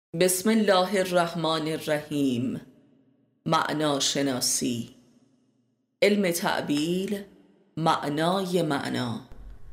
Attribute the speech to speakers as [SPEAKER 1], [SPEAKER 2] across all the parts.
[SPEAKER 1] بسم الله الرحمن الرحیم. معناشناسی، علم تعبیل، معنای معنا.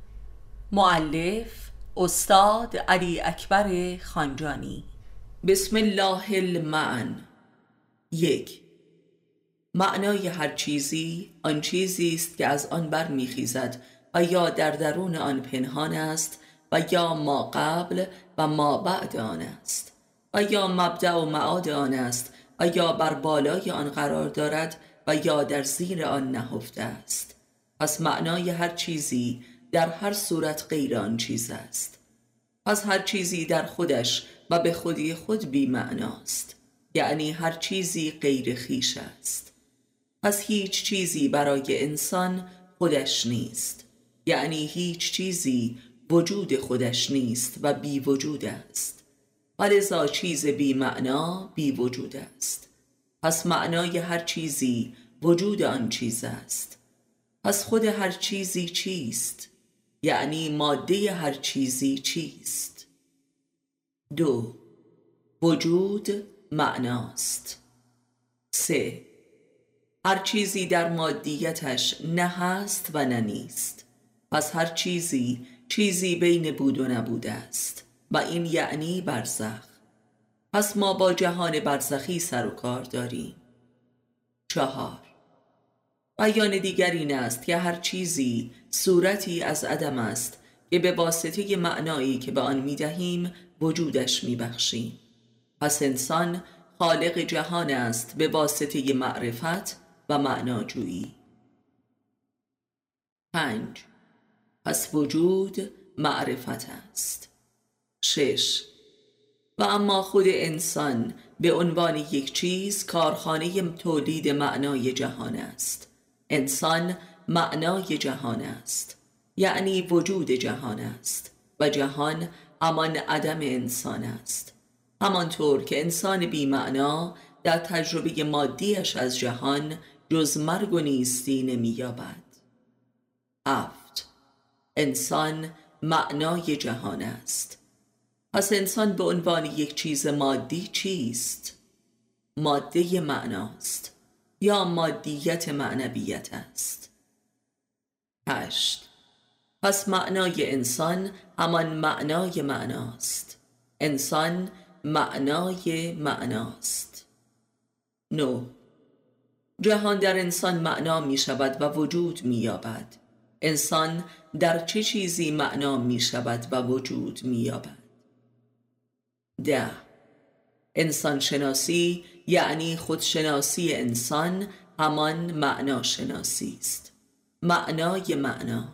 [SPEAKER 1] مؤلف استاد علی اکبر خانجانی. بسم الله المعن. 1. معنای هر چیزی آن چیزی است که از آن برمیخیزد و یا در درون آن پنهان است و یا ما قبل و ما بعد آن است و یا مبدأ و معاد آن است و یا بر بالای آن قرار دارد و یا در زیر آن نهفته است. پس معنای هر چیزی در هر صورت غیر آن چیز است. پس هر چیزی در خودش و به خودی خود بی معناست، یعنی هر چیزی غیر خویش است. پس هیچ چیزی برای انسان خودش نیست، یعنی هیچ چیزی وجود خودش نیست و بی وجود است، ولذا چیز بی معنا بی وجود است. پس معنای هر چیزی وجود آن چیز است. پس خود هر چیزی چیست؟ یعنی ماده هر چیزی چیست؟ 2. وجود معناست. 3. هر چیزی در مادیتش نه هست و نه نیست. پس هر چیزی چیزی بین بود و نبود است و این یعنی برزخ. پس ما با جهان برزخی سر و کار داریم. 4. بیان دیگر این است که هر چیزی صورتی از عدم است که به واسطه معنایی که به آن می‌دهیم وجودش می‌بخشیم. پس انسان خالق جهان است به واسطه معرفت و معناجویی. 5. پس وجود معرفت است. 6. و اما خود انسان به عنوان یک چیز کارخانه تولید معنای جهان است. انسان معنای جهان است، یعنی وجود جهان است و جهان همان عدم انسان است. همانطور که انسان بی معنا در تجربه مادیش از جهان جز مرگ و نیستی نمی‌یابد. 7. انسان معنای جهان است. پس انسان به عنوان یک چیز مادی چیست؟ ماده معناست یا مادیت معنویت است. 8. پس معنای انسان همان معنای معناست. انسان معنای معناست. 9. جهان در انسان معنا می شود و وجود می یابد. انسان در چه چیزی معنا می شود و وجود می یابد؟ 10. انسان شناسی یعنی خودشناسی انسان همان معناشناسی است. معنای معنا.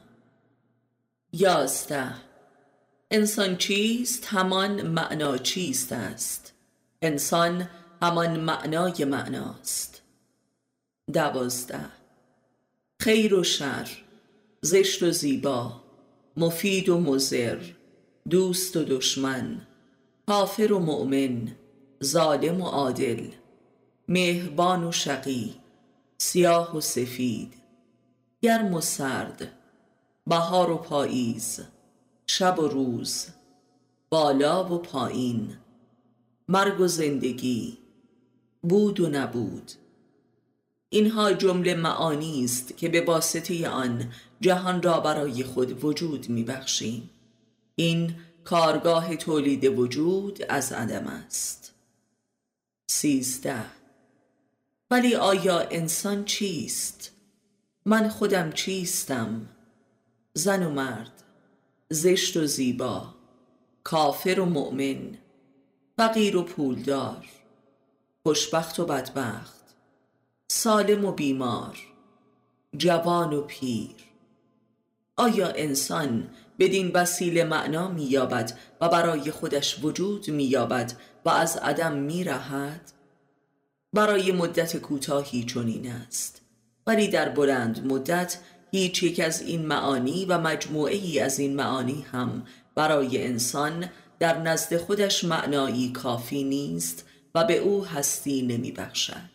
[SPEAKER 1] 11. انسان چیست؟ همان معنا چیست است. انسان همان معنای معناست. 12. خیر و شر، زشت و زیبا، مفید و مضر، دوست و دشمن، کافر و مؤمن، ظالم و عادل، مهربان و شقی، سیاه و سفید، گرم و سرد، بهار و پاییز، شب و روز، بالا و پایین، مرگ و زندگی، بود و نبود. اینها جمله معانی است که به واسطه آن جهان را برای خود وجود می‌بخشیم. این کارگاه تولید وجود از عدم است. 13. ولی آیا انسان چیست؟ من خودم چیستم؟ زن و مرد، زشت و زیبا، کافر و مؤمن، فقیر و پولدار، خوشبخت و بدبخت، سالم و بیمار، جوان و پیر. آیا انسان بدین وسیله معنا می‌یابد و برای خودش وجود می‌یابد و از عدم می‌رهد؟ برای مدت کوتاهی چنین است، ولی در بلند مدت هیچ یک از این معانی و مجموعه‌ای از این معانی هم برای انسان در نزد خودش معنایی کافی نیست و به او هستی نمی‌بخشد.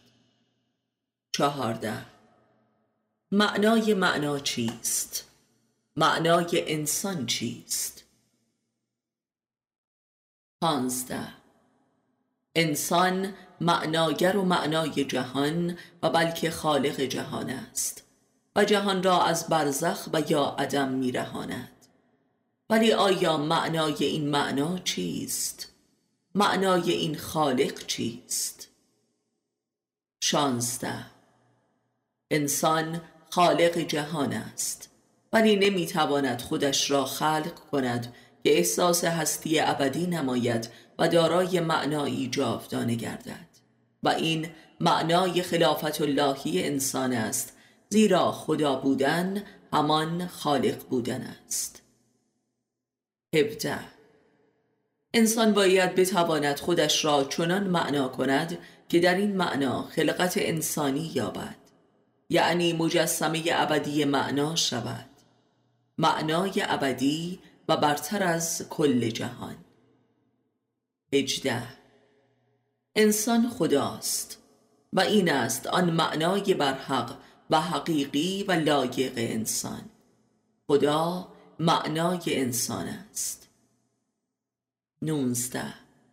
[SPEAKER 1] 14. معنای معنا چیست؟ معنای انسان چیست؟ 15. انسان معناگر و معنای جهان و بلکه خالق جهان است و جهان را از برزخ و یا عدم میرهاند. ولی آیا معنای این معنا چیست؟ معنای این خالق چیست؟ 16. انسان خالق جهان است ولی نمیتواند خودش را خلق کند که احساس هستی ابدی نماید و دارای معنایی جاودانه گردد و این معنای خلافت اللهی انسان است، زیرا خدا بودن همان خالق بودن است. 17. انسان باید بتواند خودش را چنان معنا کند که در این معنا خلقت انسانی یابد، یعنی مجسمه ابدی معنا شود، معنای ابدی و برتر از کل جهان. 18. انسان خداست و این است آن معنای برحق و حقیقی و لایق انسان. خدا معنای انسان است. 19.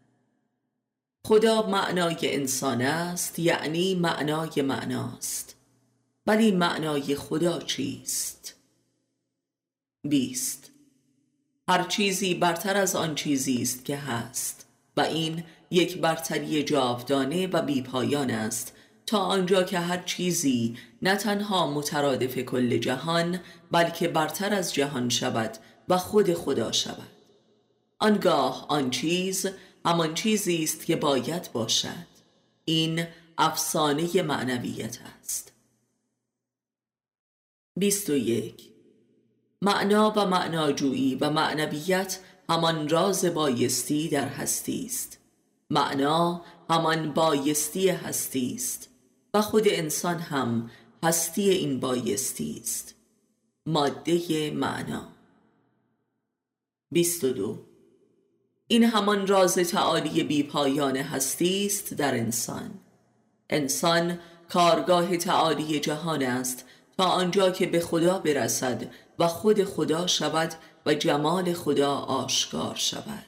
[SPEAKER 1] خدا معنای انسان است، یعنی معنای معناست. ولی معنای خدا چیست؟ 20. هر چیزی برتر از آن چیزی است که هست و این یک برتری جاودانه و بیپایان است، تا آنجا که هر چیزی نه تنها مترادف کل جهان بلکه برتر از جهان شود و خود خدا شود. آنگاه آن چیز همان چیزی است که باید باشد. این افسانه معنویت است. 21. معنا و معناجویی و معنویت همان راز بایستی در هستی است. معنا همان بایستی هستی است و خود انسان هم هستی این بایستی است، ماده معنا. 22. این همان راز تعالی بی پایان هستی است در انسان. انسان کارگاه تعالی جهان است تا آنجا که به خدا برسد و خود خدا شود و جمال خدا آشکار شود.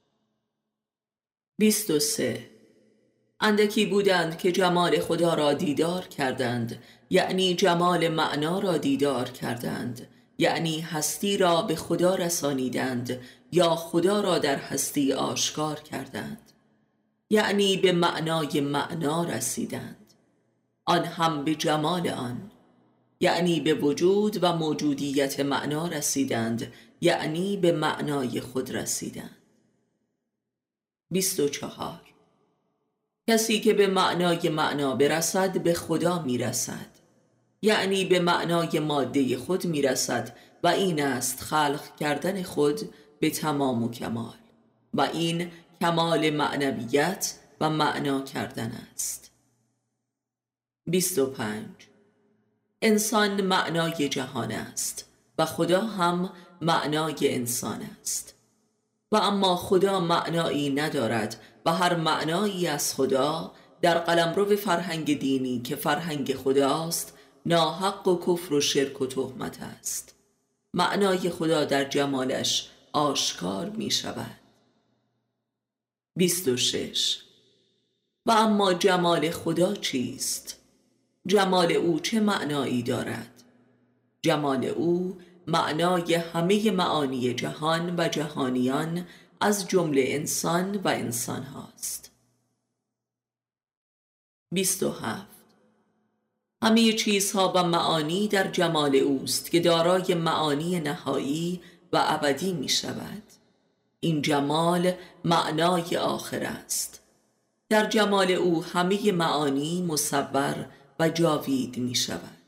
[SPEAKER 1] 23. اندکی بودند که جمال خدا را دیدار کردند، یعنی جمال معنا را دیدار کردند، یعنی هستی را به خدا رسانیدند یا خدا را در هستی آشکار کردند، یعنی به معنای معنا رسیدند، آن هم به جمال آن، یعنی به وجود و موجودیت معنا رسیدند، یعنی به معنای خود رسیدند. 24. کسی که به معنای معنا برسد به خدا میرسد، یعنی به معنای ماده خود میرسد و این است خلق کردن خود به تمام و کمال و این کمال معنویت و معنا کردن است. 25. انسان معنای جهان است و خدا هم معنای انسان است و اما خدا معنایی ندارد و هر معنایی از خدا در قلمرو فرهنگ دینی که فرهنگ خداست ناحق و کفر و شرک و تهمت است. معنای خدا در جمالش آشکار می شود. 26. و اما جمال خدا چیست؟ جمال او چه معنایی دارد؟ جمال او معنای همه معانی جهان و جهانیان از جمله انسان و انسان هاست. 27. همه چیزها و معانی در جمال اوست که دارای معانی نهایی و ابدی می شود. این جمال معنای آخر است. در جمال او همه معانی مصور و جاوید می شود.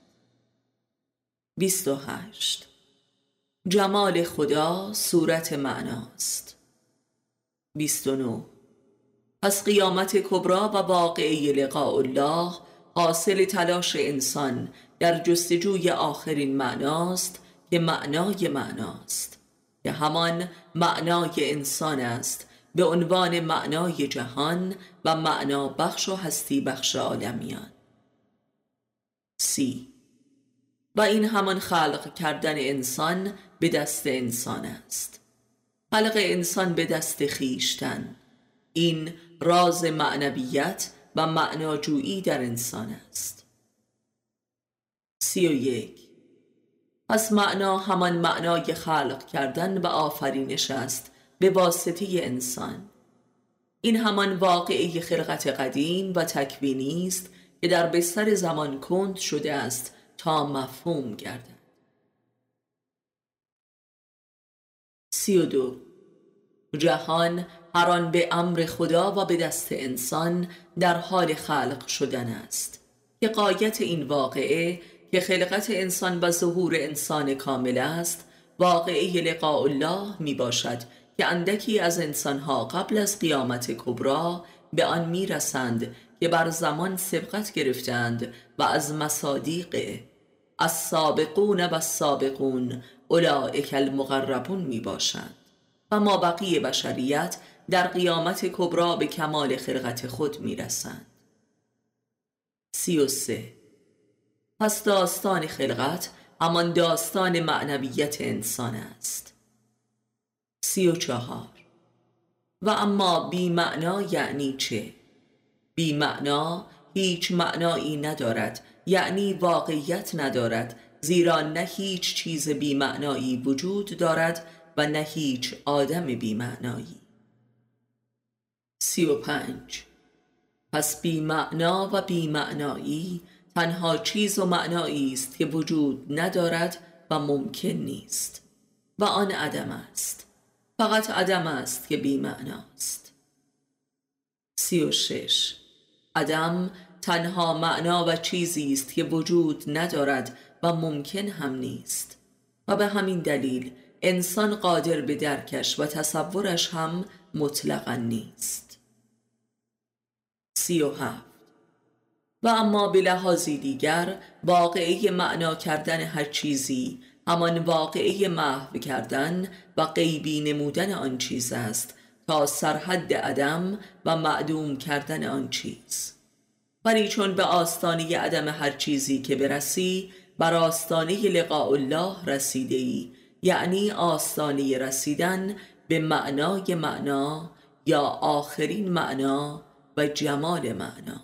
[SPEAKER 1] 28. جمال خدا صورت معناست. 29. پس قیامت کبری و واقعه لقاء الله حاصل تلاش انسان در جستجوی آخرین معناست که معنای معناست، که همان معنای انسان است به عنوان معنای جهان و معنا بخش و هستی بخش عالمیان. 30. و این همان خلق کردن انسان به دست انسان است. خلق انسان به دست خیشتن، این راز معنویت و معناجویی در انسان است. 31. پس معنا همان معنای خلق کردن و آفرینش است به واسطه انسان. این همان واقعه خلقت قدیم و تکوینی است که در بستر زمان کند شده است تا مفهوم گردد. 32. جهان هر آن به امر خدا و به دست انسان در حال خلق شدن است که غایت این واقعه که خلقت انسان و ظهور انسان کامل است واقعه لقاء الله می باشد که اندکی از انسانها قبل از قیامت کبری به آن می رسند که بر زمان سبقت گرفتند و از مصادیق السابقون و السابقون اولئک المقربون می باشند و ما بقیه بشریت در قیامت کبری به کمال خلقت خود می رسند. 33. پس داستان خلقت همان داستان معنویت انسان است. 34. و اما بی معنا یعنی چه؟ بی معنا هیچ معنایی ندارد، یعنی واقعیت ندارد، زیرا نه هیچ چیز بی معنایی وجود دارد و نه هیچ آدم بی معنایی. 35. پس بی معنا و بی معنایی تنها چیز و معنایی است که وجود ندارد و ممکن نیست و آن عدم است. فقط عدم است که بی معناست. 36. عدم تنها معنا و چیزی است که وجود ندارد و ممکن هم نیست و به همین دلیل انسان قادر به درکش و تصورش هم مطلقا نیست. 37. و اما به لحاظی دیگر واقعه معنا کردن هر چیزی همان واقعه محو کردن و غیبی نمودن آن چیز است تا سرحد عدم و معدوم کردن آن چیز. ولی چون به آستانه عدم هر چیزی که برسی بر آستانه لقاء الله رسیده ای، یعنی آستانه رسیدن به معنای معنا یا آخرین معنا و جمال معنا.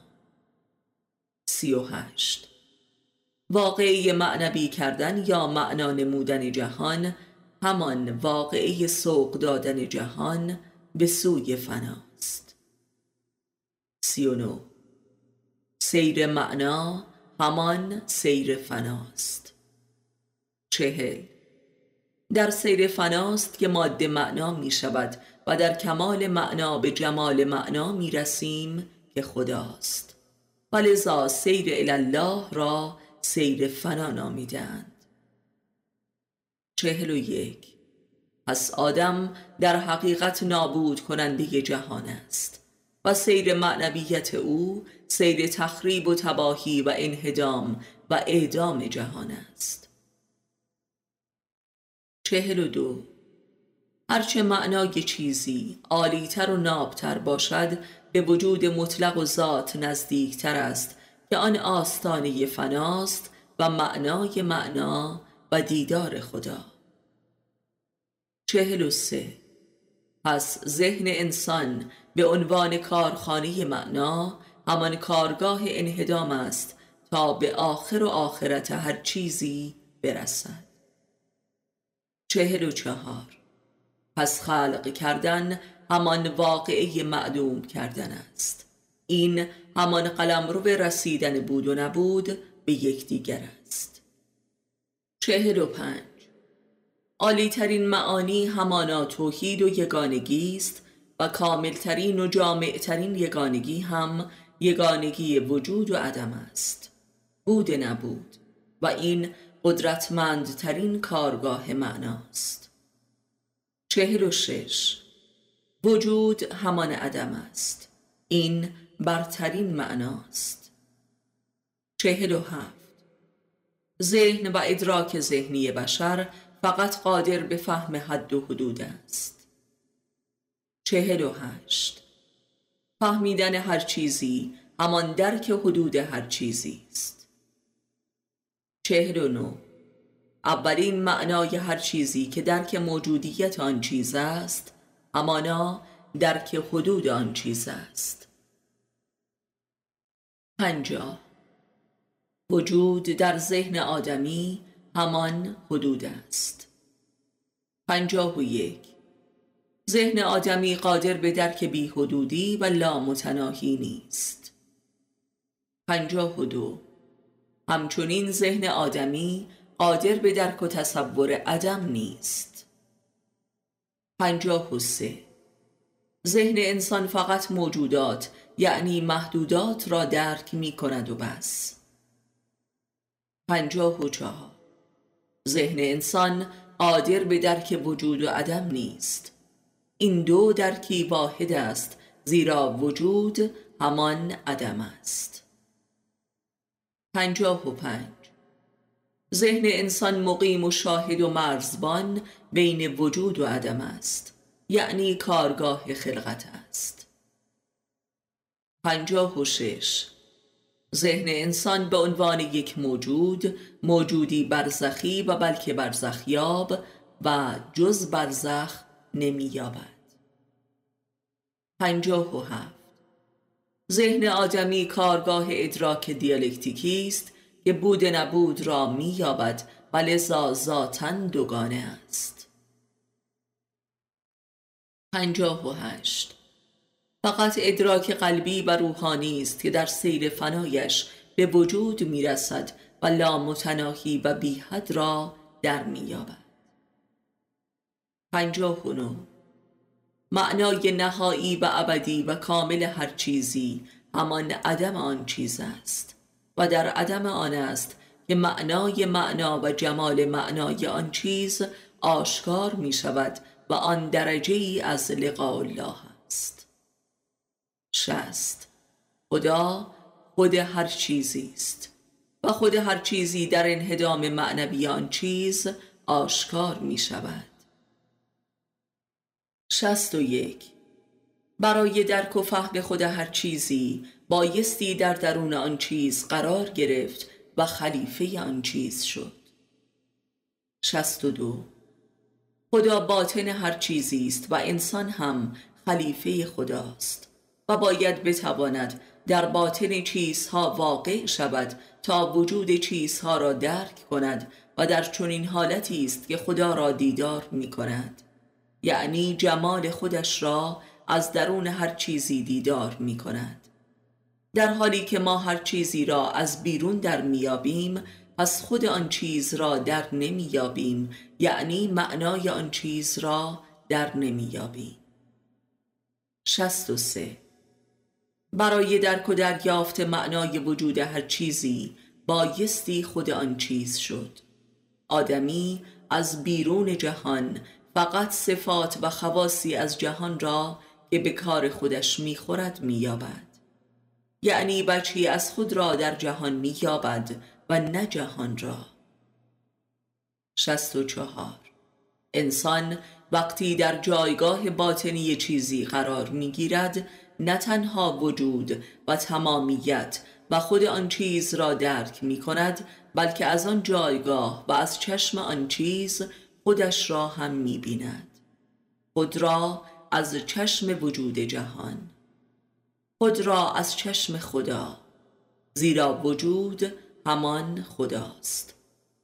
[SPEAKER 1] 38. واقعه معنوی کردن یا معنا نمودن جهان همان واقعه سوق دادن جهان به سوی فناست. 39. سیر معنا همان سیر فناست. 40. در سیر فناست که ماده معنا می شود و در کمال معنا به جمال معنا می رسیم که خداست و لذا سیر الله را سیر فنا نامیدند. 41. پس آدم در حقیقت نابود کننده جهان است و سیر معنویت او سیر تخریب و تباهی و انهدام و اعدام جهان است. 42. هرچه معنای چیزی عالیتر و نابتر باشد به وجود مطلق و ذات نزدیکتر است که آن آستانه فناست و معنای معنا و دیدار خدا. 43. پس ذهن انسان به عنوان کارخانه معنا همان کارگاه انهدام است تا به آخر و آخرت هر چیزی برسد. 44. پس خلق کردن همان واقعه معدوم کردن است. این همان قلمرو رسیدن بود و نبود به یکدیگر است. 45. عالی‌ترین معانی همانا توحید و یگانگی است و کاملترین و جامعترین یگانگی هم یگانگی وجود و عدم است، بود نبود، و این قدرتمندترین کارگاه معناست. 46. وجود همان عدم است، این برترین معناست. 47. ذهن و ادراک ذهنی بشر فقط قادر به فهم حد و حدود است. 48. فهمیدن هر چیزی همان درک حدود هر چیزی است. 49. اولین معنای هر چیزی که درک موجودیت آن چیز است همانا درک حدود آن چیز است. 50. وجود در ذهن آدمی همان حدود است. 51. ذهن آدمی قادر به درک بی حدودی و لامتناهی نیست. 52. همچنین ذهن آدمی قادر به درک و تصور عدم نیست. 53. ذهن انسان فقط موجودات یعنی محدودات را درک می کند و بس. 54. ذهن انسان قادر به درک وجود و عدم نیست. این دو درکی واحد است، زیرا وجود همان عدم است. 55. ذهن انسان مقیم و شاهد و مرزبان بین وجود و عدم است، یعنی کارگاه خلقت است. 56. ذهن انسان به عنوان یک موجودی برزخی و بلکه برزخیاب و جز برزخ نمی‌یابد. 57. ذهن آدمی کارگاه ادراک دیالکتیکی است که بود نبود را می‌یابد و لذا ذاتاً دوگانه است. 58. فقط ادراک قلبی و روحانی است که در سیر فنایش به وجود می‌رسد و لامتناهی و بی حد را در می‌یابد. 59. معنای نهایی و ابدی و کامل هر چیزی همان عدم آن چیز است و در عدم آن است که معنای معنا و جمال معنای آن چیز آشکار می شود و آن درجه ای از لقاء الله است. 60. خدا خود هر چیزی است و خود هر چیزی در انهدام معنوی آن چیز آشکار می شود. 61. برای درک و فهم خود هر چیزی بایستی در درون آن چیز قرار گرفت و خلیفه آن چیز شد. 62. خدا باطن هر چیزی است و انسان هم خلیفه خداست و باید بتواند در باطن چیزها واقع شود تا وجود چیزها را درک کند و در چنین حالتی است که خدا را دیدار می کند، یعنی جمال خودش را از درون هر چیزی دیدار می کند. در حالی که ما هر چیزی را از بیرون در میابیم، پس خود آن چیز را در نمیابیم، یعنی معنای آن چیز را در نمیابیم. 63. برای درک و دریافت معنای وجود هر چیزی بایستی خود آن چیز شد. آدمی از بیرون جهان فقط صفات و خواصی از جهان را که به کار خودش میخورد مییابد، یعنی بچی از خود را در جهان مییابد و نه جهان را. 64. انسان وقتی در جایگاه باطنی چیزی قرار میگیرد، نه تنها وجود و تمامیت و خود آن چیز را درک می کند، بلکه از آن جایگاه و از چشم آن چیز خودش را هم می بیند. خود را از چشم وجود جهان، خود را از چشم خدا، زیرا وجود همان خداست.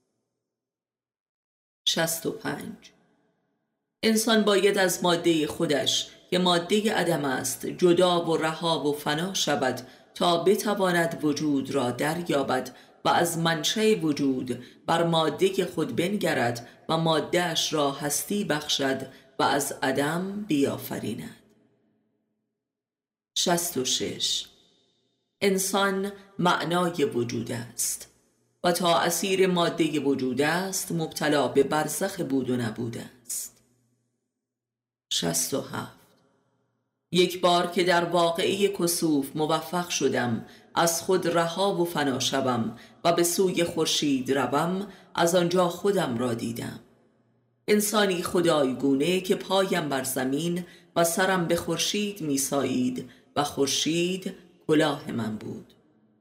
[SPEAKER 1] 65. انسان باید از ماده خودش که ماده عدم است جدا و رها و فنا شود تا بتواند وجود را دریابد و از منشأ وجود بر ماده خود بنگرد و ماده‌اش را هستی بخشد و از عدم بیافریند. 66. انسان معنای وجود است و تا اسیر ماده وجود است مبتلا به برزخ بود و نبود است. 67. یک بار که در واقعه کسوف موفق شدم از خود رها و فنا شوم و به سوی خورشید روم، از آنجا خودم را دیدم، انسانی خدایگونه که پایم بر زمین و سرم به خورشید میسایید و خورشید کلاه من بود.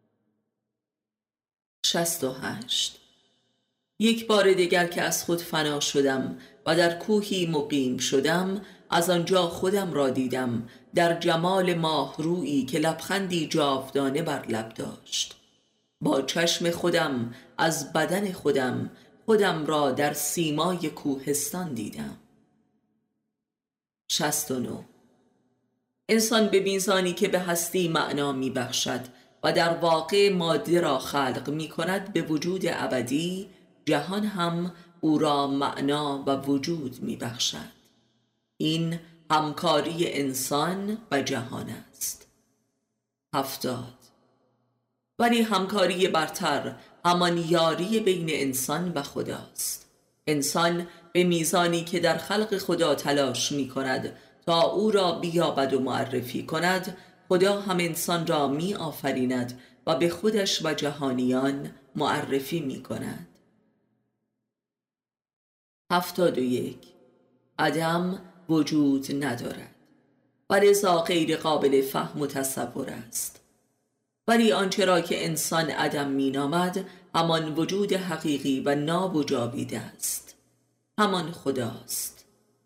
[SPEAKER 1] 68. یک بار دیگر که از خود فنا شدم و در کوهی مقیم شدم، از آنجا خودم را دیدم در جمال ماهرویی که لبخندی جاودانه بر لب داشت. با چشم خودم از بدن خودم خودم را در سیمای کوهستان دیدم. 69. انسان به میزانی که به هستی معنا می بخشد و در واقع ماده را خلق می کند به وجود ابدی، جهان هم او را معنا و وجود می بخشد. این همکاری انسان و جهان است. 70. ولی همکاری برتر همان یاری بین انسان و خداست. انسان به میزانی که در خلق خدا تلاش می کند تا او را بیابد و معرفی کند، خدا هم انسان را می آفریند و به خودش و جهانیان معرفی می کند. 71. عدم وجود ندارد و لذا غیر قابل فهم و تصور است. ولی آنچه را که انسان عدم می نامد همان وجود حقیقی و ناب و جاویده است، همان خداست.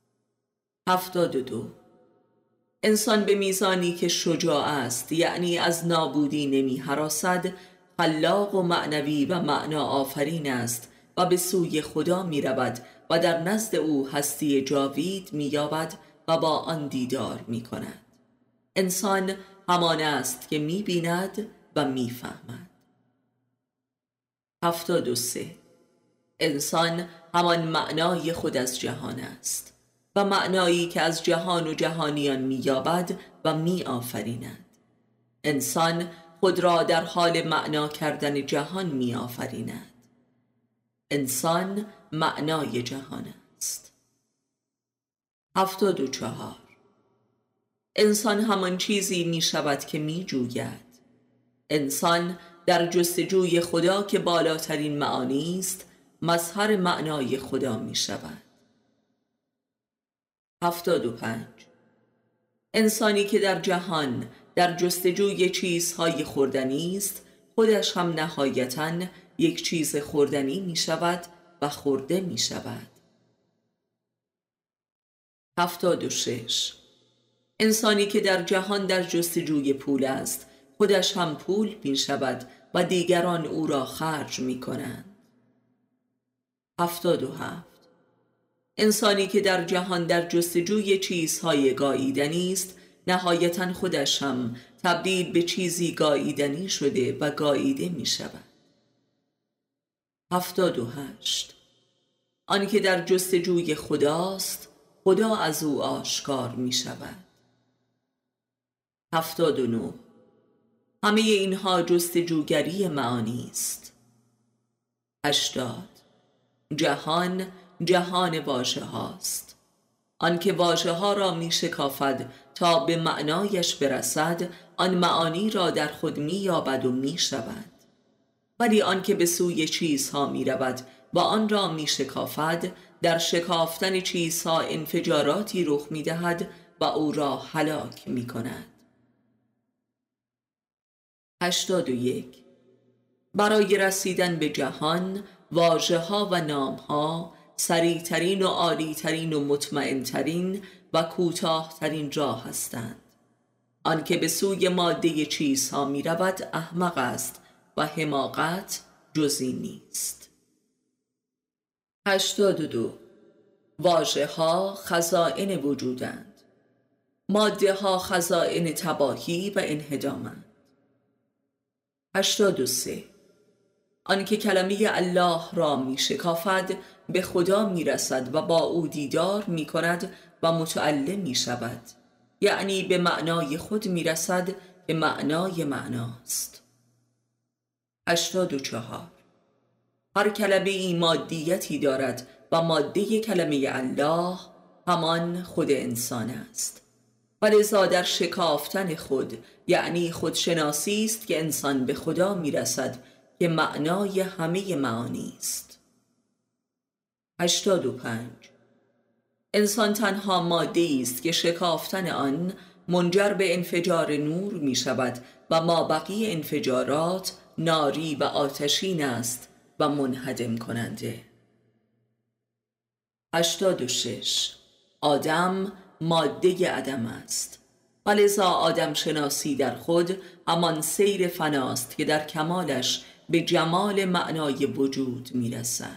[SPEAKER 1] 72. انسان به میزانی که شجاع است، یعنی از نابودی نمی هراسد، خلاق و معنوی و معنا آفرین است و به سوی خدا می رود و در نزد او هستی جاوید می یابد و با آن دیدار می کند. انسان همان است که می بیند و می فهمد. 73. انسان همان معنای خود از جهان است و معنایی که از جهان و جهانیان می یابد و می آفریند. انسان خود را در حال معنا کردن جهان می آفریند. انسان معنای جهان است. 74. انسان همان چیزی می شود که می جوید. انسان در جستجوی خدا که بالاترین معانی است، مظهر معنای خدا می شود. 75. انسانی که در جهان در جستجوی چیزهای خوردنی است، خودش هم نهایتاً یک چیز خوردنی می شود و خورده می شود. 76. انسانی که در جهان در جستجوی پول است، خودش هم پول می شود و دیگران او را خرج می کنند. 77. انسانی که در جهان در جستجوی چیزهای گاییدنی است، نهایتاً خودش هم تبدیل به چیزی گاییدنی شده و گاییده می شود. 78. آن که در جستجوی خداست، خدا از او آشکار می شود. 79. همه اینها جستجوگری معانی است. 80. جهان جهان واژه هاست. آن که واژه ها را می شکافد تا به معنایش برسد، آن معانی را در خود می یابد و می شود. ولی آن که به سوی چیزها می رود و آن را می شکافد، در شکافتن چیزها انفجاراتی رخ می دهد و او را هلاک می کند. 81. برای رسیدن به جهان، واژه ها و نام ها سریعترین و عالیترین و مطمئنترین و کوتاهترین راه هستند. آن که به سوی ماده چیزها می رود احمق است و حماقت جزی نیست. 82. واژه ها خزائن وجودند. ماده ها خزائن تباهی و انهدامند. 83. آن که کلمه الله را می شکافد به خدا می رسد و با او دیدار می کند و متعلم می شود، یعنی به معنای خود می رسد که معنای معناست. 84. هر کلمه ای مادیتی دارد و ماده کلمه الله همان خود انسان است و لذا در شکافتن خود، یعنی خودشناسی است که انسان به خدا می رسد که معنای همه معانی است. 85. انسان تنها ماده است که شکافتن آن منجر به انفجار نور می شود و مابقی انفجارات ناری و آتشین است و منهدم کننده. 86. آدم ماده عدم است و لذا آدم شناسی در خود همان سیر فناست که در کمالش به جمال معنای وجود میرسد.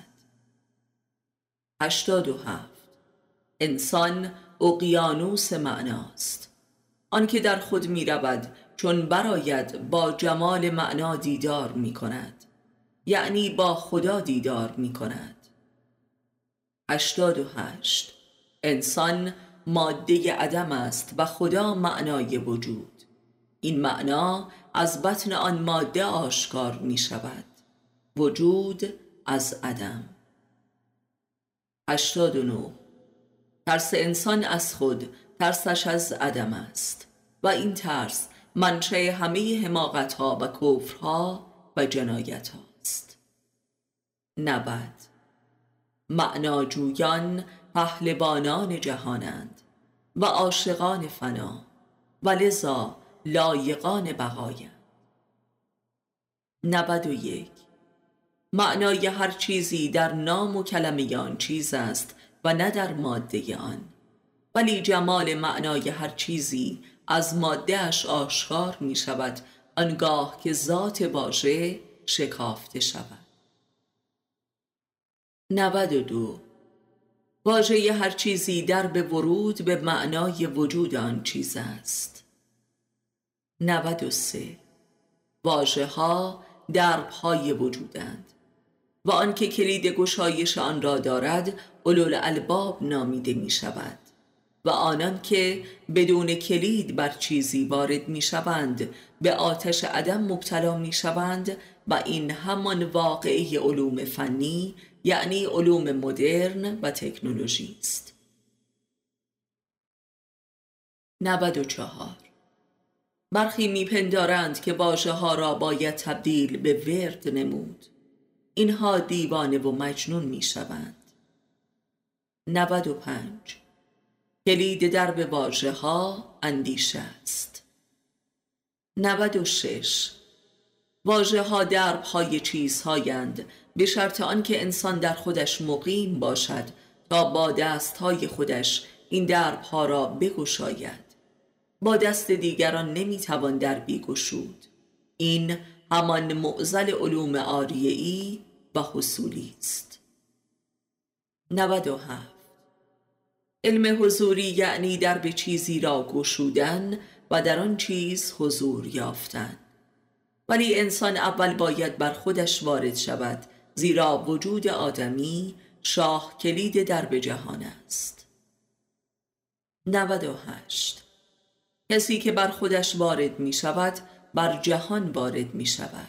[SPEAKER 1] 87. انسان اقیانوس معناست، آنکه در خود می رود چون براید با جمال معنا دیدار می کند، یعنی با خدا دیدار می کند. 88. انسان ماده عدم است و خدا معنای وجود. این معنا از بطن آن ماده آشکار می شود. وجود از عدم. 89. ترس انسان از خود، ترسش از عدم است و این ترس منشأ همه حماقت‌ها و کفرها و جنایت هاست. 90. معناجویان پهلوانان جهانند و عاشقان فنا و لذا لایقان بقایند. 91. معنای هر چیزی در نام و کلمه آن چیز است و نه در ماده آن، ولی جمال معنای هر چیزی از ماده اش آشکار می شود آنگاه که ذات واژه شکافته شود. 92. واژه هر چیزی در به ورود به معنای وجود آن چیز است. 93. واژه ها درب‌های وجودند و آنکه کلید گشایش آن را دارد اولوالالباب نامیده می شود و آنان که بدون کلید بر چیزی وارد می شوند به آتش عدم مبتلا می شوند و این همان واقعه علوم فنی یعنی علوم مدرن و تکنولوژی است. 94. برخی میپندارند که واژه ها را باید تبدیل به ورد نمود. اینها دیوانه و مجنون می شوند. 95. کلید درب واژه ها اندیشه است. 96. واژه ها درب های چیزهایند به شرط آنکه انسان در خودش مقیم باشد تا با دست های خودش این درب ها را بگشاید. با دست دیگران نمیتوان دربی گشود. این همان معضل علوم آریه‌ای و حصولی است. 97. علم حضوری یعنی درب چیزی را گشودن و در آن چیز حضور یافتن، ولی انسان اول باید بر خودش وارد شود، زیرا وجود آدمی شاه کلید درب جهان است. 98. کسی که بر خودش وارد می شود بر جهان وارد می شود.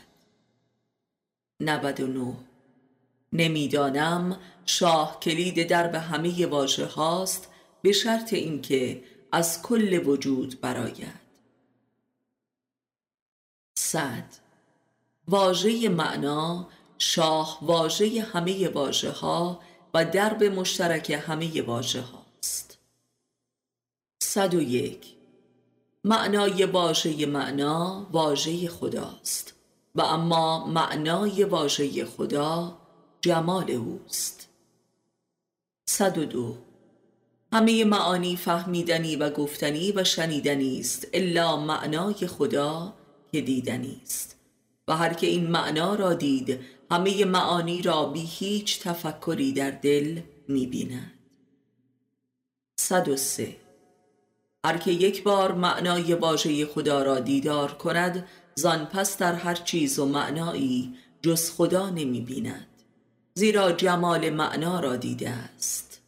[SPEAKER 1] 99. نمیدانم شاه کلید درب همه واژه هاست به شرط اینکه از کل وجود براید. 100. واژه معنا شاه واژه همه واژه ها و درب مشترک همه واژه هاست. 101. معنای واژه معنا واژه خداست و اما معنای واژه خدا جمال اوست. 102. همه معانی فهمیدنی و گفتنی و شنیدنی است الا معنای خدا که دیدنی است و هر که این معنا را دید همه معانی را بی هیچ تفکری در دل می بیند. 103. هر که یک بار معنای واژه خدا را دیدار کند زان پس در هر چیز و معنایی جز خدا نمی بیند، زیرا جمال معنا را دیده است.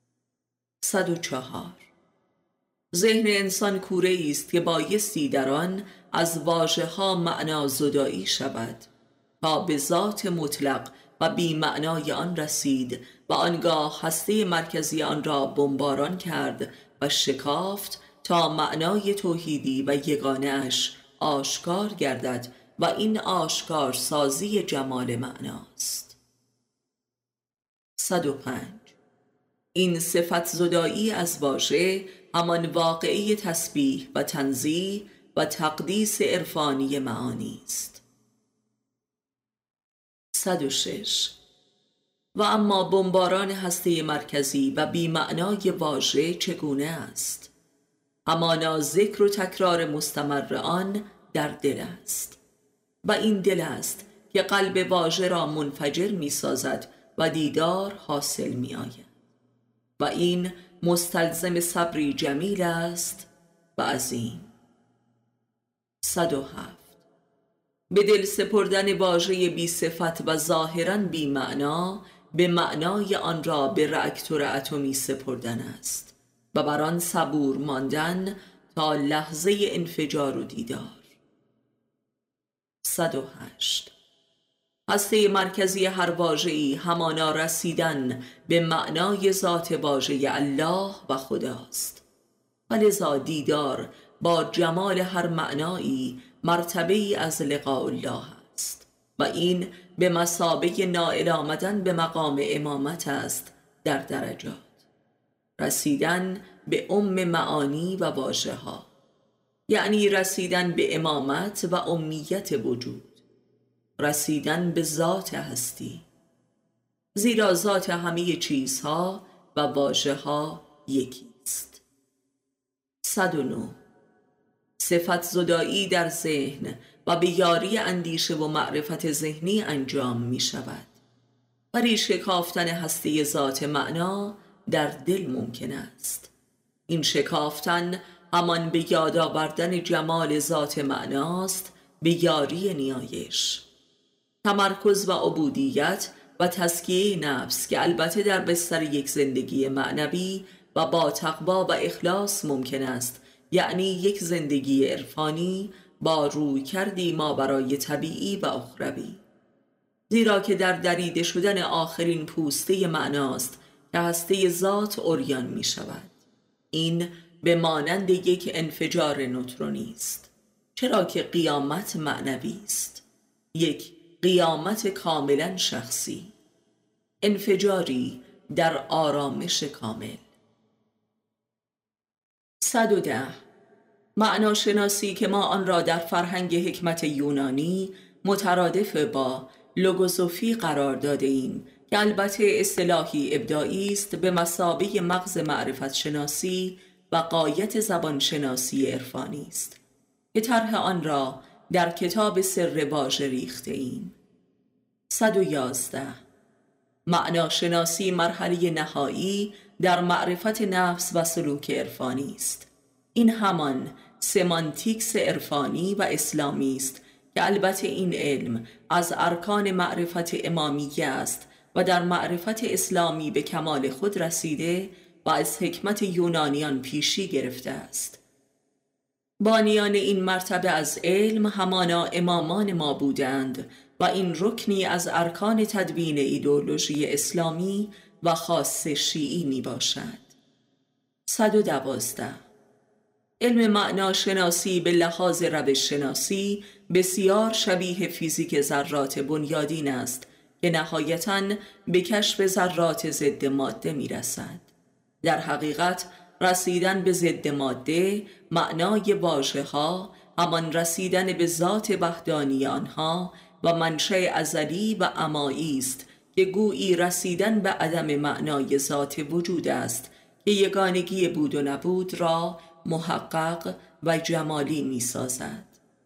[SPEAKER 1] 104. ذهن انسان کوره است که بایستی در آن از واژه ها معنا زدایی شود تا به ذات مطلق و بی معنای آن رسید و آنگاه هسته مرکزی آن را بمباران کرد و شکافت تا معنای توحیدی و یگانه اش آشکار گردد و این آشکار سازی جمال معناست. 105. این صفت زدایی از واژه همان واقعی تسبیح و تنزیه و تقدیس عرفانی معانی است. 106. و اما بمباران هسته مرکزی و بی‌معنای واژه چگونه است؟ همانا ذکر و تکرار مستمر آن در دل است و این دل است که قلب واژه را منفجر می سازد و دیدار حاصل می آید و این مستلزم صبری جمیل است و عظیم. 107. به دل سپردن واژه بی صفت و ظاهراً بی معنا به معنای آن را به رأکت و رأتمی سپردن است و بر آن صبور ماندن تا لحظه انفجار و دیدار. 108. هسته مرکزی هر واژه‌ای همانا رسیدن به معنای ذات واژه الله و خداست و لذا دیدار با جمال هر معنایی مرتبه‌ای از لقاء الله است و این به مثابه نائل آمدن به مقام امامت است در درجات، رسیدن به معانی و واژه ها، یعنی رسیدن به امامت و امیت وجود، رسیدن به ذات هستی، زیرا ذات همه چیزها و واژه ها یکی است. 109. صفت زدایی در ذهن و به یاری اندیشه و معرفت ذهنی انجام می شود و ریشه کافتن هسته ذات معنا در دل ممکن است. این شکافتن همان به یاد آوردن جمال ذات معناست به یاری نیایش، تمرکز و عبودیت و تزکیه نفس که البته در بستر یک زندگی معنوی و با تقوا و اخلاص ممکن است، یعنی یک زندگی عرفانی با روی کردی ماورای طبیعی و اخروی، زیرا که در دریده شدن آخرین پوسته معناست که هسته ذات عریان می شود. این به مانند یک انفجار نوترونی است، چرا که قیامت معنوی است، یک قیامت کاملا شخصی، انفجاری در آرامش کامل. 110. معناشناسی که ما آن را در فرهنگ حکمت یونانی مترادف با لوگوسوفی قرار داده ایم که البته اصطلاحی ابداعی است به مثابه مغز معرفت شناسی و غایت زبان شناسی عرفانی است که طرح آن را در کتاب سر واژه ریخته ایم. 111. معناشناسی مرحله نهایی در معرفت نفس و سلوک عرفانی است. این همان سمانتیکس عرفانی و اسلامی است که البته این علم از ارکان معرفت امامیه است و در معرفت اسلامی به کمال خود رسیده و از حکمت یونانیان پیشی گرفته است. بانیان این مرتبه از علم همانا امامان ما بودند و این رکنی از ارکان تدوین ایدئولوژی اسلامی و خاص شیعی می باشد. 112. علم معناشناسی به لحاظ روش شناسی بسیار شبیه فیزیک ذرات بنیادین است که نهایتاً به کشف ذرات ضد ماده می رسد. در حقیقت رسیدن به ضد ماده معنای واژه ها همان رسیدن به ذات وحدانی آنها و منشأ ازلی و امایی است که گویی رسیدن به عدم معنای ذات وجود است که یگانگی بود و نبود را محقق و جمالی می سازد.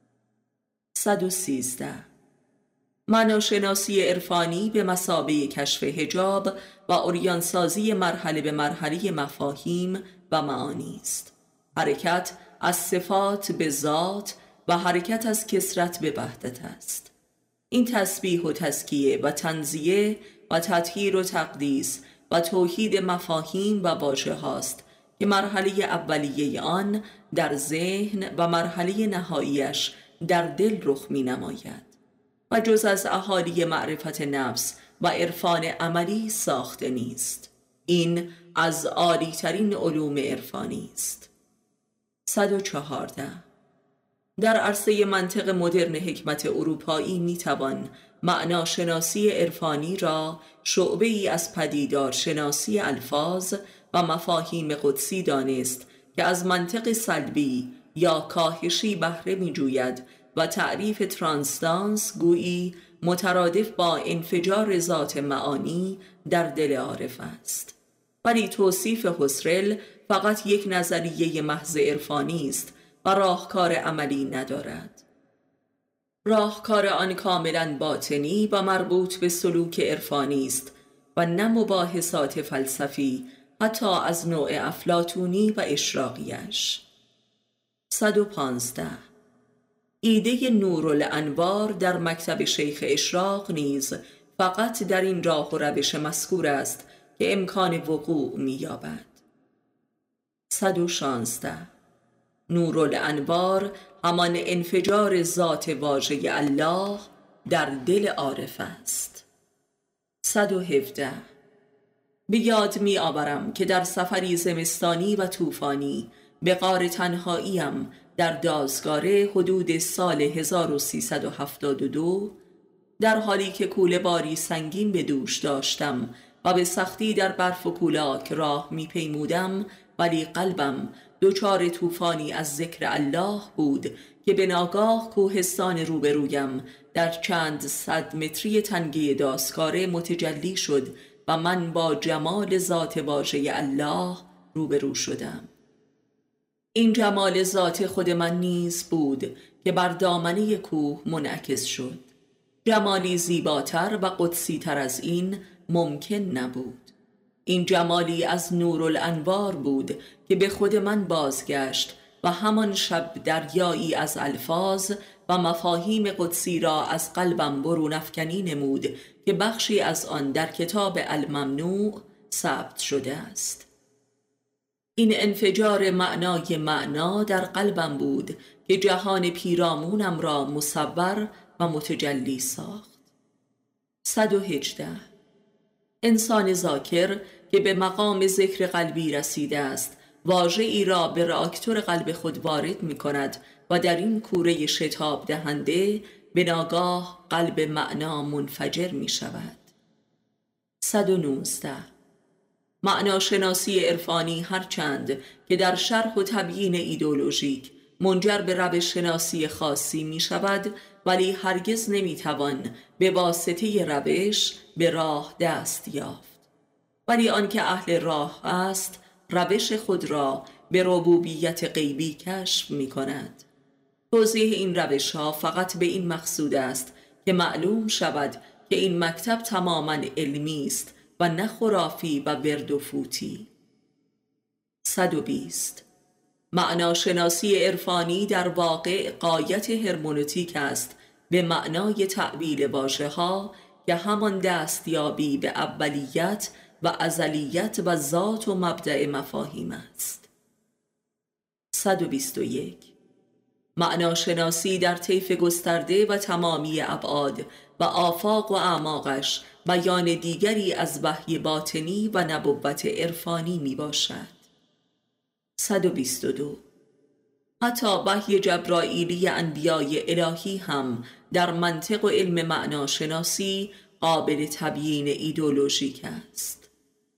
[SPEAKER 1] 113. معناشناسی عرفانی به مثابه کشف حجاب و عریانسازی مرحله به مرحله مفاهیم و معانی است. حرکت از صفات به ذات و حرکت از کثرت به وحدت است. این تسبیح و تزکیه و تنزیه و تطهیر و تقدیس و توحید مفاهیم و واژه هاست که مرحله اولیه آن در ذهن و مرحله نهاییش در دل رخ می نماید و جز از احالی معرفت نفس و عرفان عملی ساخته نیست. این از عالی ترین علوم عرفانی است. 114. در عرصه منطق مدرن حکمت اروپایی می توان معناشناسی عرفانی را شعبه ای از پدیدار شناسی الفاظ و مفاهیم قدسی دانست که از منطق سلبی یا کاهشی بهره می جوید و تعریف ترانسدانس گویی مترادف با انفجار ذات معانی در دل عارف است. ولی توصیف هوسرل فقط یک نظریه محض عرفانی است و راهکار عملی ندارد. راهکار آن کاملا باطنی و مربوط به سلوک عرفانی است و نه مباحثات فلسفی، حتی از نوع افلاطونی و اشراقیش. 115. ایده نورالانوار در مکتب شیخ اشراق نیز فقط در این راه و روش مذکور است که امکان وقوع می‌یابد. 116. نورالانوار همان انفجار ذات واژه الله در دل عارف است. 117. به یاد می آورم که در سفری زمستانی و طوفانی به غار تنهاییم در دازگاره حدود سال 1372 در حالی که کوله باری سنگین به دوش داشتم و به سختی در برف و کولاک راه می پیمودم، ولی قلبم دچار طوفانی از ذکر الله بود که به ناگاه کوهستان روبرویم در چند صد متری تنگه دازگاره متجلی شد و من با جمال ذات واژه الله روبرو شدم. این جمال ذات خود من نیز بود که بر دامنه کوه منعکس شد. جمالی زیباتر و قدسی تر از این ممکن نبود. این جمالی از نورالانوار بود که به خود من بازگشت و همان شب دریایی از الفاظ و مفاهیم قدسی را از قلبم برون افکنی نمود که بخشی از آن در کتاب الممنوع ثبت شده است. این انفجار معنای معنا در قلبم بود که جهان پیرامونم را مصور و متجلی ساخت. 118. انسان ذاکر که به مقام ذکر قلبی رسیده است واژه‌ای را به راکتور قلب خود وارد می کند و در این کوره شتاب دهنده به ناگاه قلب معنا منفجر می شود. 119. معناشناسی عرفانی هرچند که در شرح و تبیین ایدئولوژیک منجر به روش شناسی خاصی می شود، ولی هرگز نمی توان به واسطه روش به راه دست یافت. ولی آنکه اهل راه است روش خود را به ربوبیت غیبی کشف می کند. توضیح این روش ها فقط به این مقصود است که معلوم شود که این مکتب تماما علمی است و نه خرافی و ورد و فوتی. 120. معناشناسی عرفانی در واقع غایت هرمنوتیک است به معنای تأویل واژه‌ها که همان دستیابی به اولیت و ازلیت و ذات و مبدأ مفاهیم است. 121. معناشناسی در طیف گسترده و تمامی ابعاد و آفاق و اعماقش بیان دیگری از وحی باطنی و نبوت عرفانی می باشد. 122. حتی وحی جبرائیلی انبیای الهی هم در منطق و علم معناشناسی قابل تبیین ایدئولوژیک است.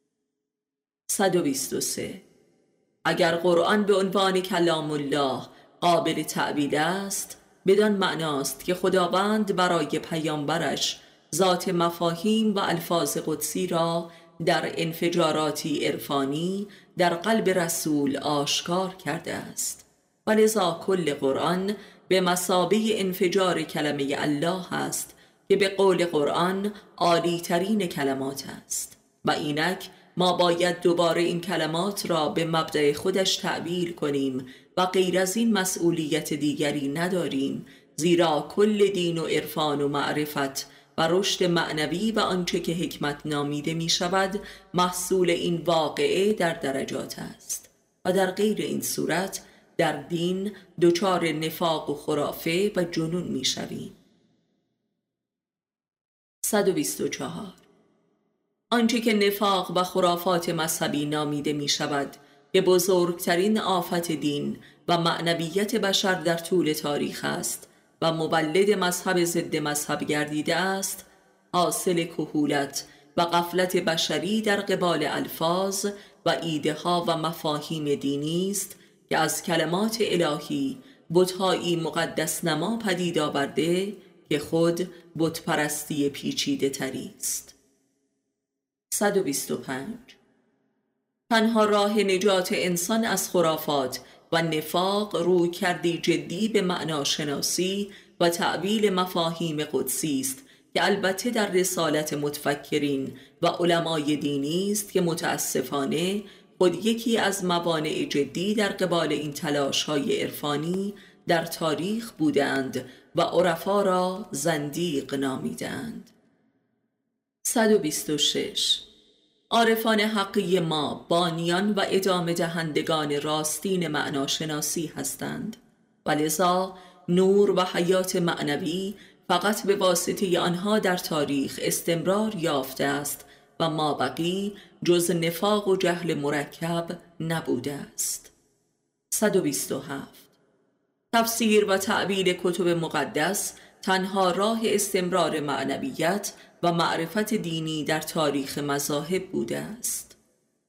[SPEAKER 1] 123. اگر قرآن به عنوان کلام الله قابل تأویل است، بدان معناست که خداوند برای پیامبرش ذات مفاهیم و الفاظ قدسی را در انفجاراتی عرفانی در قلب رسول آشکار کرده است و لذا کل قرآن به مثابه انفجار کلمه الله است که به قول قرآن عالی ترین کلمات است و اینک ما باید دوباره این کلمات را به مبدأ خودش تعبیر کنیم و غیر از این مسئولیت دیگری نداریم، زیرا کل دین و عرفان و معرفت و رشد معنوی و آنچه که حکمت نامیده می شود محصول این واقعه در درجات است و در غیر این صورت در دین دچار نفاق و خرافه و جنون می شویم. 124. آنچه که نفاق و خرافات مذهبی نامیده می شود که بزرگترین آفت دین و معنویت بشر در طول تاریخ است و مولد مذهب ضد مذهب گردیده است، حاصل کهولت و غفلت بشری در قبال الفاظ و ایده ها و مفاهیم دینی است که از کلمات الهی بت‌هایی مقدس نما پدید آورده که خود بت پرستی پیچیده تری است. 125. تنها راه نجات انسان از خرافات و نفاق روی کردی جدی به معناشناسی و تعبیل مفاهیم قدسی است که البته در رسالت متفکرین و علمای دینی است که متاسفانه خود یکی از موانع جدی در قبال این تلاش‌های عرفانی در تاریخ بودند و عرفا را زندیق نامیدند. 126. عارفان حقی ما بانیان و ادامه دهندگان راستین معناشناسی هستند و لذا نور و حیات معنوی فقط به واسطه آنها در تاریخ استمرار یافته است و مابقی جز نفاق و جهل مرکب نبوده است. 127. تفسیر و تعبیر کتب مقدس تنها راه استمرار معنویت و معرفت دینی در تاریخ مذاهب بوده است.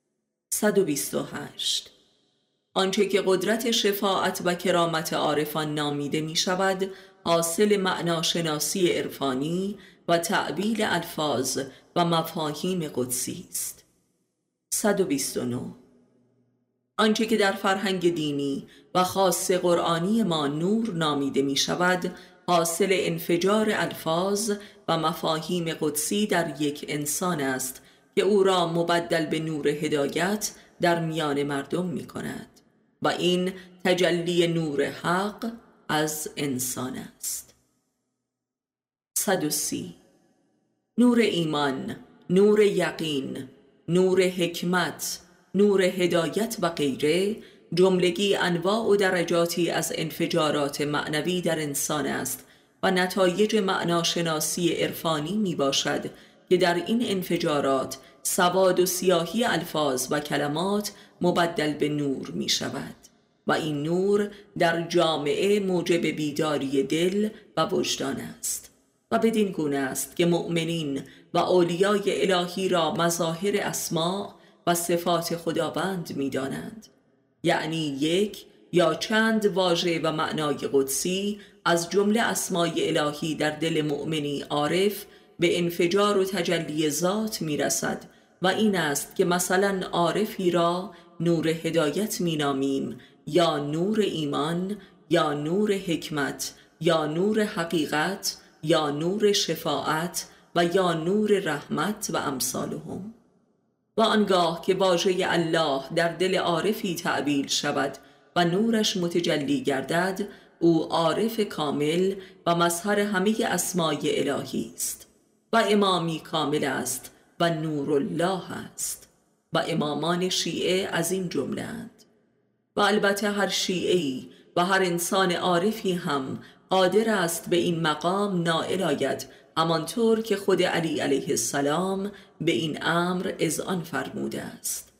[SPEAKER 1] 128. آنچه که قدرت شفاعت و کرامت عارفان نامیده می شود حاصل معناشناسی عرفانی و تعبیل الفاظ و مفاهیم قدسی است. 129. آنچه که در فرهنگ دینی و خاص قرآنی ما نور نامیده می شود حاصل انفجار الفاظ و مفاهیم قدسی در یک انسان است که او را مبدل به نور هدایت در میان مردم می کند و این تجلی نور حق از انسان است. 130. نور ایمان، نور یقین، نور حکمت، نور هدایت و غیره جملگی انواع و درجاتی از انفجارات معنوی در انسان است و نتایج معناشناسی عرفانی می باشد که در این انفجارات سواد و سیاهی الفاظ و کلمات مبدل به نور می شود و این نور در جامعه موجب بیداری دل و وجدان است و بدین گونه است که مؤمنین و اولیای الهی را مظاهر اسماء و صفات خداوند می دانند، یعنی یک یا چند واژه و معنای قدسی از جمله اسمای الهی در دل مؤمنی عارف به انفجار و تجلی ذات می رسد و این است که مثلا عارفی را نور هدایت می نامیم یا نور ایمان یا نور حکمت یا نور حقیقت یا نور شفاعت و یا نور رحمت و امثالهم. و آنگاه که واژه الله در دل عارفی تعبیل شود و نورش متجلی گردد او عارف کامل و مظهر همه اسمای الهی است و امامی کامل است و نور الله است و امامان شیعه از این جمله اند و البته هر شیعه‌ای و هر انسان عارفی هم قادر است به این مقام نائل آید، همانطور که خود علی علیه السلام به این امر اذعان فرموده است.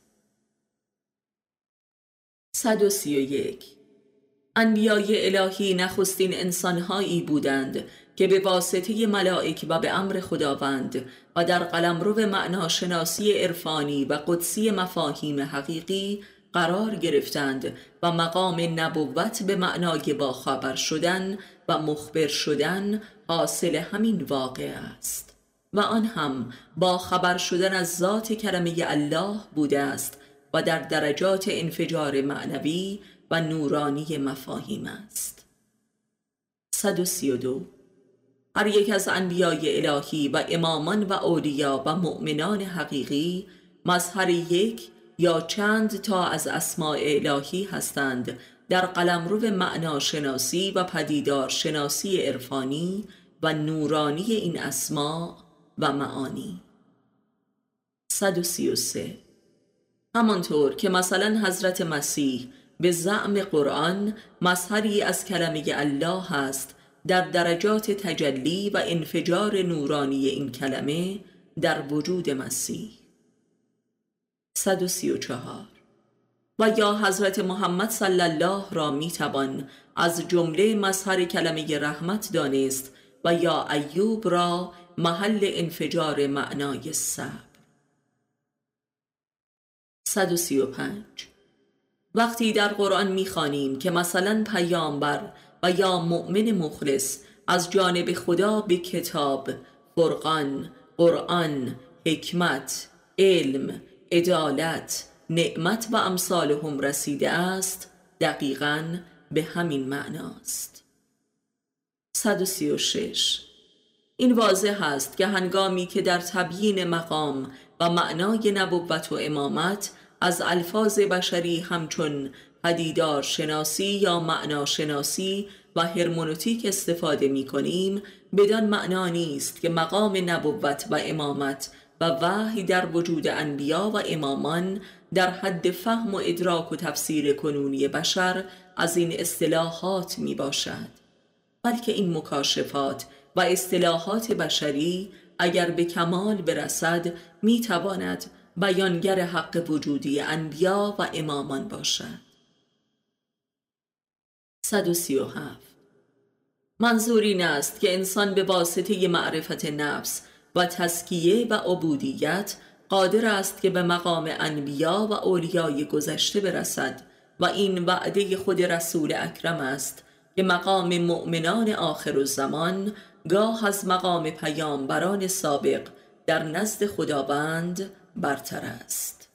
[SPEAKER 1] 131. انبیای الهی نخستین انسانهایی بودند که به واسطه ملائک و به امر خداوند و در قلمرو معناشناسی عرفانی و قدسی مفاهیم حقیقی قرار گرفتند و مقام نبوت به معنای باخبر شدن و مخبر شدن حاصل همین واقع است و آن هم با خبر شدن از ذات کلمه الله بوده است و در درجات انفجار معنوی و نورانی مفاهیم است. 132. هر یک از انبیای الهی و امامان و اولیا و مؤمنان حقیقی مظهر یک یا چند تا از اسماء الهی هستند در قلمرو معناشناسی و پدیدار شناسی عرفانی و نورانی این اسماء و معانی. 133. همانطور که مثلا حضرت مسیح به زعم قرآن مظهری از کلمه الله است در درجات تجلی و انفجار نورانی این کلمه در وجود مسیح. 134. و یا حضرت محمد صلی الله را میتوان از جمله مظهر کلمه رحمت دانست و یا ایوب را محل انفجار معنای صبر. 135. وقتی در قرآن می‌خوانیم که مثلا پیامبر و یا مؤمن مخلص از جانب خدا به کتاب، فرقان، قرآن، حکمت، علم، عدالت، نعمت و امثالهم رسیده است، دقیقاً به همین معناست. 136. این واضح است که هنگامی که در تبیین مقام و معنای نبوت و امامت از الفاظ بشری همچون پدیدار شناسی یا معنا شناسی و هرمنوتیک استفاده می کنیم، بدان معنا نیست که مقام نبوت و امامت و وحی در وجود انبیا و امامان در حد فهم و ادراک و تفسیر کنونی بشر از این اصطلاحات می باشد، بلکه این مکاشفات و اصطلاحات بشری اگر به کمال برسد می تواند بیانگر حق وجودی انبیا و امامان باشد. 137. منظور این است که انسان به واسطه معرفت نفس و تزکیه و عبودیت قادر است که به مقام انبیا و اولیای گذشته برسد و این وعده خود رسول اکرم است که مقام مؤمنان آخر الزمان گاه از مقام پیامبران سابق در نزد خداوند برتر است.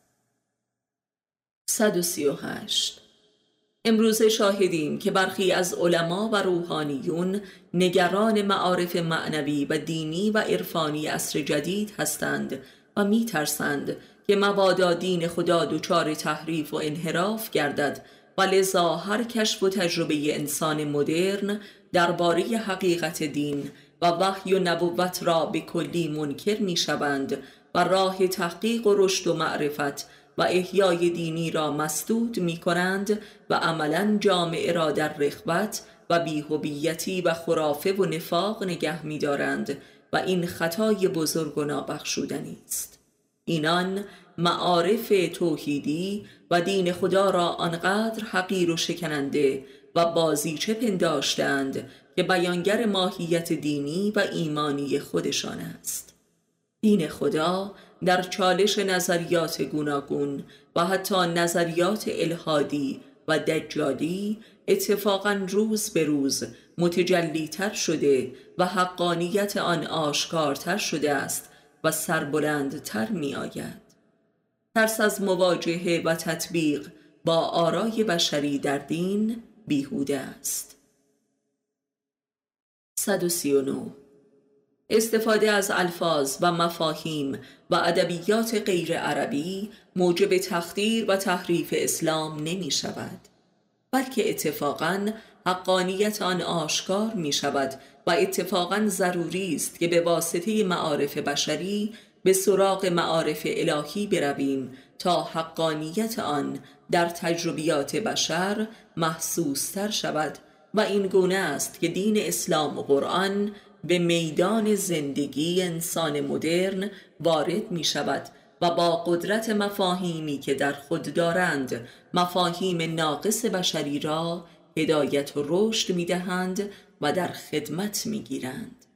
[SPEAKER 1] 138. امروزه شاهدیم که برخی از علما و روحانیون نگران معارف معنوی و دینی و عرفانی عصر جدید هستند و می ترسند که مبادا دین خدا دچار تحریف و انحراف گردد و لذا هر کشف و تجربه انسان مدرن درباره حقیقت دین و وحی و نبوت را به کلی منکر می شوند و راه تحقیق و رشد و معرفت و احیای دینی را مسدود می کنند و عملاً جامعه را در رغبت و بی‌هویتی و خرافه و نفاق نگه می دارند و این خطای بزرگ و نابخشودنی است. اینان معارف توحیدی و دین خدا را آنقدر حقیر و شکننده و بازیچه پنداشتند که بیانگر ماهیت دینی و ایمانی خودشان است. دین خدا در چالش نظریات گوناگون و حتی نظریات الحادی و دجالی اتفاقاً روز به روز متجلی‌تر شده و حقانیت آن آشکارتر شده است و سربلندتر می آید. ترس از مواجهه و تطبیق با آرای بشری در دین بیهوده است. 139. استفاده از الفاظ و مفاهیم و ادبیات غیر عربی موجب تخدیر و تحریف اسلام نمی شود، بلکه اتفاقاً حقانیت آن آشکار می شود و اتفاقاً ضروری است که به واسطه معارف بشری به سراغ معارف الهی برویم تا حقانیت آن در تجربیات بشر محسوستر شود و این گونه است که دین اسلام و قرآن به میدان زندگی انسان مدرن وارد می شود و با قدرت مفاهیمی که در خود دارند مفاهیم ناقص بشری را هدایت و رشد می دهند و در خدمت می گیرند.